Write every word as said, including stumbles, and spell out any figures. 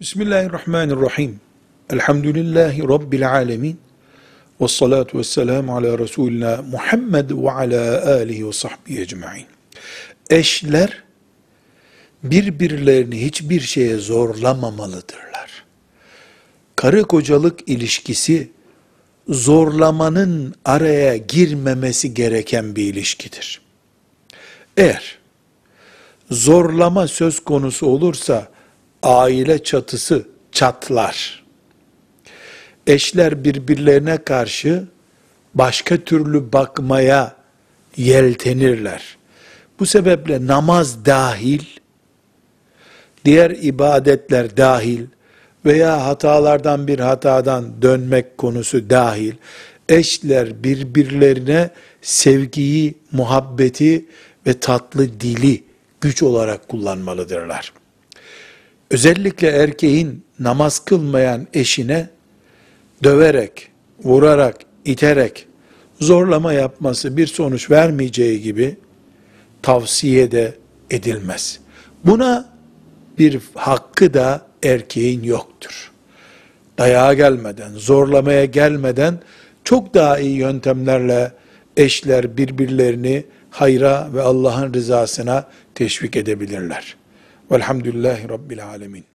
Bismillahirrahmanirrahim. Elhamdülillahi Rabbil alemin. Ve salatu ve selamu ala Resulina Muhammed ve ala alihi ve sahbihi ecma'in. Eşler birbirlerini hiçbir şeye zorlamamalıdırlar. Karı kocalık ilişkisi zorlamanın araya girmemesi gereken bir ilişkidir. Eğer zorlama söz konusu olursa aile çatısı çatlar. Eşler birbirlerine karşı başka türlü bakmaya yeltenirler. Bu sebeple namaz dahil, diğer ibadetler dahil veya hatalardan bir hatadan dönmek konusu dahil, eşler birbirlerine sevgiyi, muhabbeti ve tatlı dili güç olarak kullanmalıdırlar. Özellikle erkeğin namaz kılmayan eşine döverek, vurarak, iterek zorlama yapması bir sonuç vermeyeceği gibi tavsiye de edilmez. Buna bir hakkı da erkeğin yoktur. Dayağa gelmeden, zorlamaya gelmeden çok daha iyi yöntemlerle eşler birbirlerini hayra ve Allah'ın rızasına teşvik edebilirler. Velhamdülillahi Rabbil alemin.